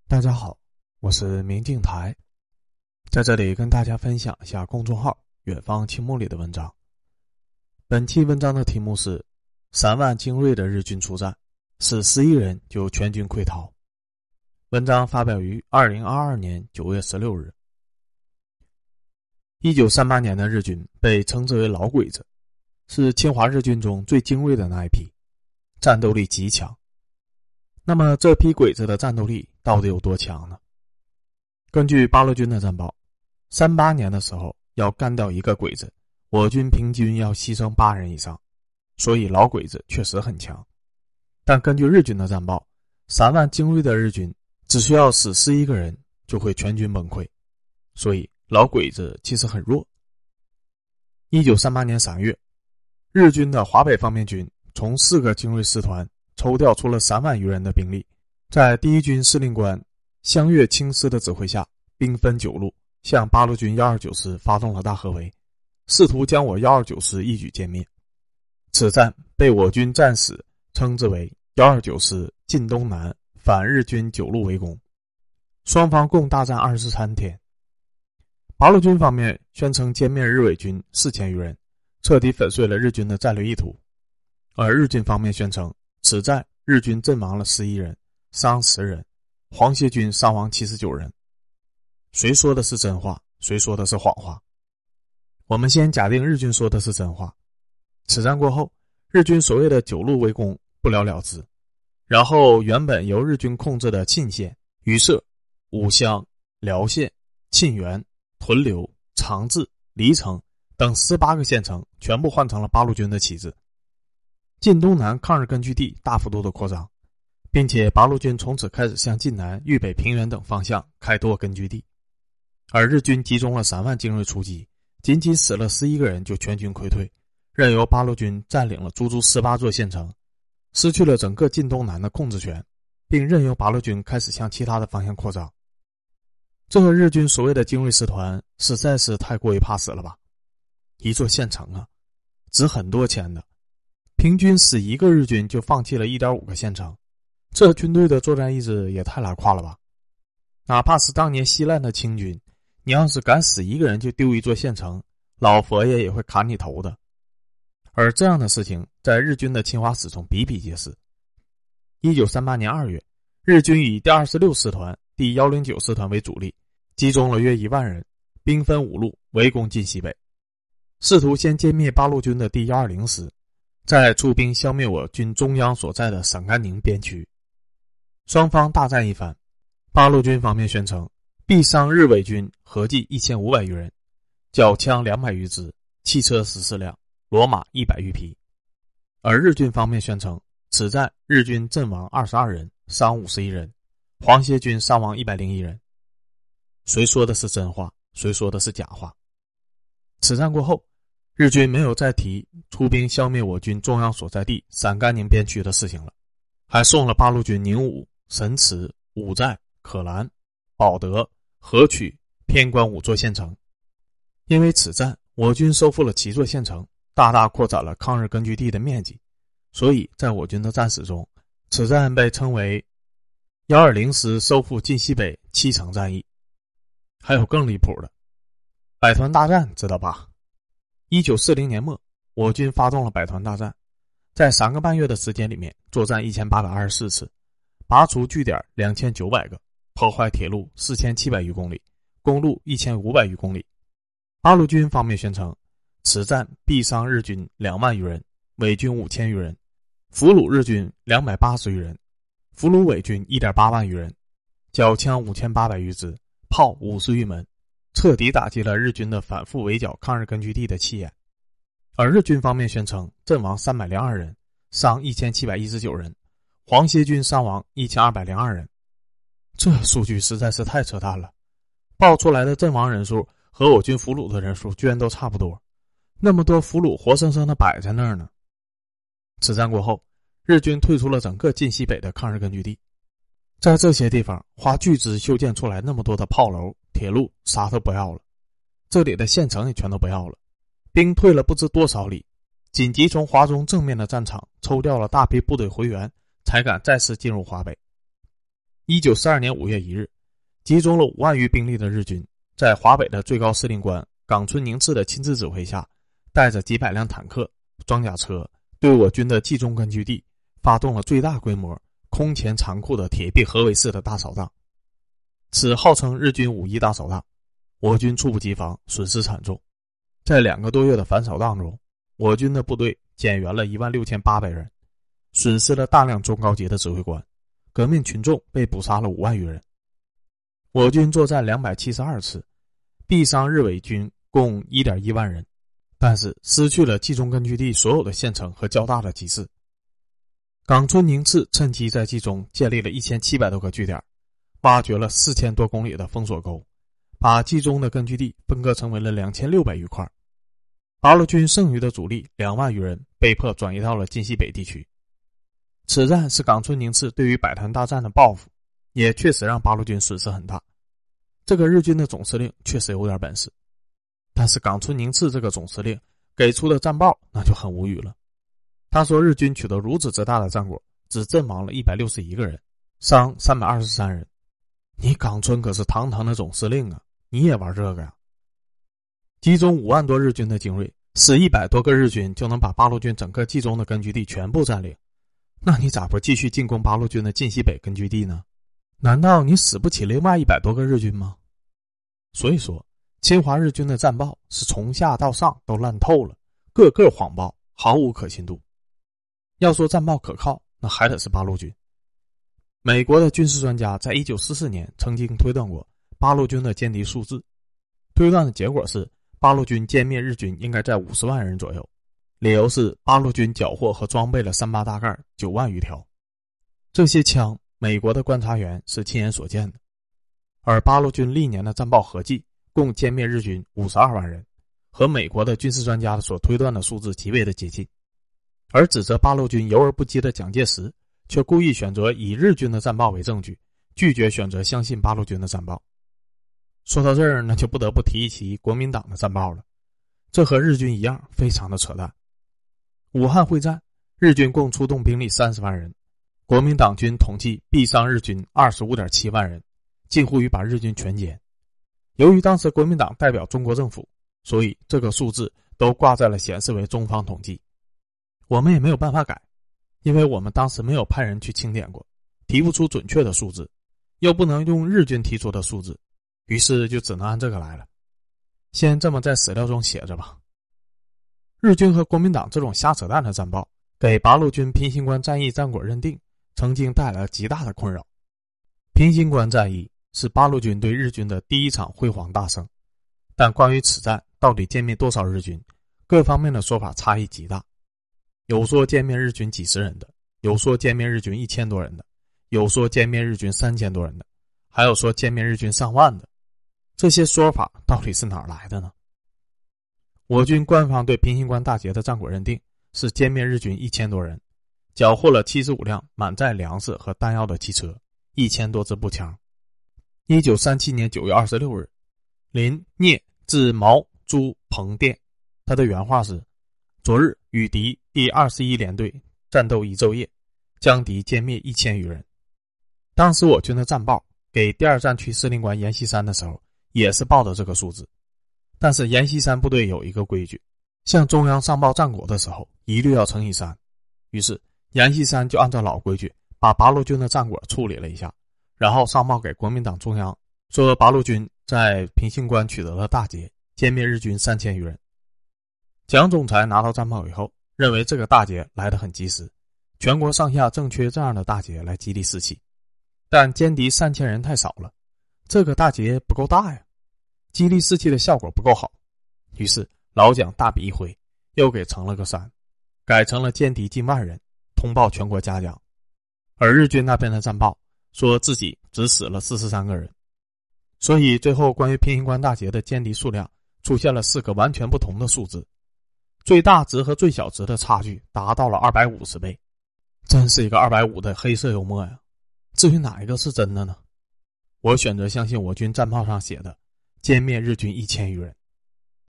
大家好，我是明镜台，在这里跟大家分享一下公众号远方青木里的文章。本期文章的题目是3万精锐的日军出战，死11人就全军溃逃。文章发表于2022年9月16日。1938年的日军被称之为老鬼子，是侵华日军中最精锐的那一批，战斗力极强。那么这批鬼子的战斗力到底有多强呢？根据八路军的战报，38年的时候要干掉一个鬼子，我军平均要牺牲8人以上，所以老鬼子确实很强。但根据日军的战报，3万精锐的日军只需要死11个人就会全军崩溃，所以老鬼子其实很弱。1938年3月，日军的华北方面军从4个精锐师团抽调出了3万余人的兵力，在第一军司令官香月清司的指挥下，兵分9路，向八路军129师发动了大合围，试图将我129师一举歼灭。此战被我军战史称之为129师晋东南反日军9路围攻，双方共大战23天。八路军方面宣称歼灭日伪军4000余人，彻底粉碎了日军的战略意图，而日军方面宣称此战日军阵亡了11人，伤10人，皇协军伤亡79人。谁说的是真话，谁说的是谎话？我们先假定日军说的是真话。此战过后，日军所谓的9路围攻不了了之，然后原本由日军控制的沁县、榆社、武乡、辽县、沁源、屯留、长治、黎城等18个县城全部换成了八路军的旗帜。晋东南抗日根据地大幅度的扩张，并且八路军从此开始向晋南、豫北平原等方向开拓根据地，而日军集中了3万精锐出击，仅仅死了11个人就全军溃退，任由八路军占领了足足18座县城，失去了整个晋东南的控制权，并任由八路军开始向其他的方向扩张。这个日军所谓的精锐师团实在是太过于怕死了吧？一座县城啊，值很多钱的，平均死一个日军就放弃了 1.5 个县城，这军队的作战意志也太拉胯了吧。哪怕是当年稀烂的清军，你要是敢死一个人就丢一座县城，老佛爷也会砍你头的。而这样的事情在日军的侵华史中比比皆是。1938年2月，日军以第26师团、第109师团为主力，集中了约1万人，兵分5路围攻晋西北，试图先歼灭八路军的第120师，再出兵消灭我军中央所在的陕甘宁边区。双方大战一番，八路军方面宣称毙伤日伪军合计1500余人，缴枪200余支，汽车14辆，骡马100余匹。而日军方面宣称此战日军阵亡22人，伤51人，皇协军伤亡101人。谁说的是真话，谁说的是假话？此战过后，日军没有再提出兵消灭我军中央所在地陕甘宁边区的事情了，还送了八路军宁武、神池、五寨、可兰、保德、河曲、偏关5座县城。因为此战我军收复了7座县城，大大扩展了抗日根据地的面积，所以在我军的战史中，此战被称为120师收复晋西北7城战役。还有更离谱的，百团大战知道吧？1940年末，我军发动了百团大战，在3个半月的时间里面作战1824次，拔除据点2900个，破坏铁路4700余公里，公路1500余公里。八路军方面宣称此战毙伤日军2万余人，伪军5000余人，俘虏日军280余人，俘虏伪军 1.8 万余人，缴枪5800余支，炮50余门，彻底打击了日军的反复围剿抗日根据地的气焰。而日军方面宣称阵亡302人，伤1719人，皇协军伤亡1202人。这数据实在是太扯淡了，报出来的阵亡人数和我军俘虏的人数居然都差不多，那么多俘虏活生生的摆在那儿呢。此战过后，日军退出了整个晋西北的抗日根据地，在这些地方花巨资修建出来那么多的炮楼、铁路，啥都不要了，这里的县城也全都不要了，兵退了不知多少里，紧急从华中正面的战场抽调了大批部队回援，才敢再次进入华北。 1942年5月1日，集中了5万余兵力的日军，在华北的最高司令官冈村宁次的亲自指挥下，带着几百辆坦克、装甲车，对我军的冀中根据地发动了最大规模、空前残酷的铁壁合围式的大扫荡。此号称日军5一大扫荡，我军猝不及防，损失惨重。在2个多月的反扫荡中，我军的部队减员了16800人，损失了大量中高级的指挥官，革命群众被捕杀了5万余人。我军作战272次，毙伤日伪军共 1.1 万人，但是失去了冀中根据地所有的县城和较大的集市。冈村宁次趁机在冀中建立了1700多个据点，挖掘了4000多公里的封锁沟，把冀中的根据地分割成为了2600余块。八路军剩余的主力2万余人被迫转移到了晋西北地区。此战是冈村宁次对于百团大战的报复，也确实让八路军损失很大。这个日军的总司令确实有点本事，但是冈村宁次这个总司令给出的战报那就很无语了。他说日军取得如此之大的战果，只阵亡了161个人，伤323人。你冈村可是堂堂的总司令啊，你也玩这个呀？集中5万多日军的精锐，使100多个日军就能把八路军整个冀中的根据地全部占领，那你咋不继续进攻八路军的晋西北根据地呢？难道你使不起另外100多个日军吗？所以说，侵华日军的战报是从下到上都烂透了，个个谎报，毫无可信度。要说战报可靠，那还得是八路军。美国的军事专家在1944年曾经推断过八路军的歼敌数字，推断的结果是八路军歼灭日军应该在50万人左右，理由是八路军缴获和装备了38大盖9万余条。这些枪美国的观察员是亲眼所见的，而八路军历年的战报合计共歼灭日军52万人，和美国的军事专家所推断的数字极为的接近。而指责八路军游而不击的蒋介石却故意选择以日军的战报为证据，拒绝选择相信八路军的战报。说到这儿，那就不得不提一提国民党的战报了，这和日军一样非常的扯淡。武汉会战，日军共出动兵力30万人，国民党军统计毙伤日军 25.7 万人，近乎于把日军全歼。由于当时国民党代表中国政府，所以这个数字都挂在了显示为中方统计。我们也没有办法改，因为我们当时没有派人去清点过，提不出准确的数字，又不能用日军提出的数字，于是就只能按这个来了。先这么在史料中写着吧。日军和国民党这种瞎扯淡的战报，给八路军平型关战役战果认定曾经带来了极大的困扰。平型关战役是八路军对日军的第一场辉煌大胜，但关于此战到底歼灭多少日军，各方面的说法差异极大。有说歼灭日军几十人的，有说歼灭日军1000多人的，有说歼灭日军3000多人的，还有说歼灭日军上万的。这些说法到底是哪儿来的呢？我军官方对平型关大捷的战果认定是歼灭日军1000多人，缴获了75辆满载粮食和弹药的汽车，1000多支步枪。1937年9月26日，林聂致毛朱彭电，他的原话是：昨日与敌第21联队战斗1昼夜，将敌歼灭1000余人。当时我军的战报给第2战区司令官阎锡山的时候，也是报的这个数字。但是阎锡山部队有一个规矩，向中央上报战果的时候一律要乘以3。于是阎锡山就按照老规矩把八路军的战果处理了一下，然后上报给国民党中央，说八路军在平型关取得了大捷，歼灭日军3000余人。蒋总裁拿到战报以后，认为这个大捷来得很及时，全国上下正缺这样的大捷来激励士气。但歼敌3000人太少了，这个大捷不够大呀，激励士气的效果不够好。于是老蒋大笔一挥，又给乘了个3，改成了歼敌近万人，通报全国嘉奖。而日军那边的战报说自己只死了43个人。所以最后关于平型关大捷的歼敌数量出现了4个完全不同的数字，最大值和最小值的差距达到了250倍，真是一个250的黑色幽默呀。至于哪一个是真的呢？我选择相信我军战报上写的歼灭日军1000余人。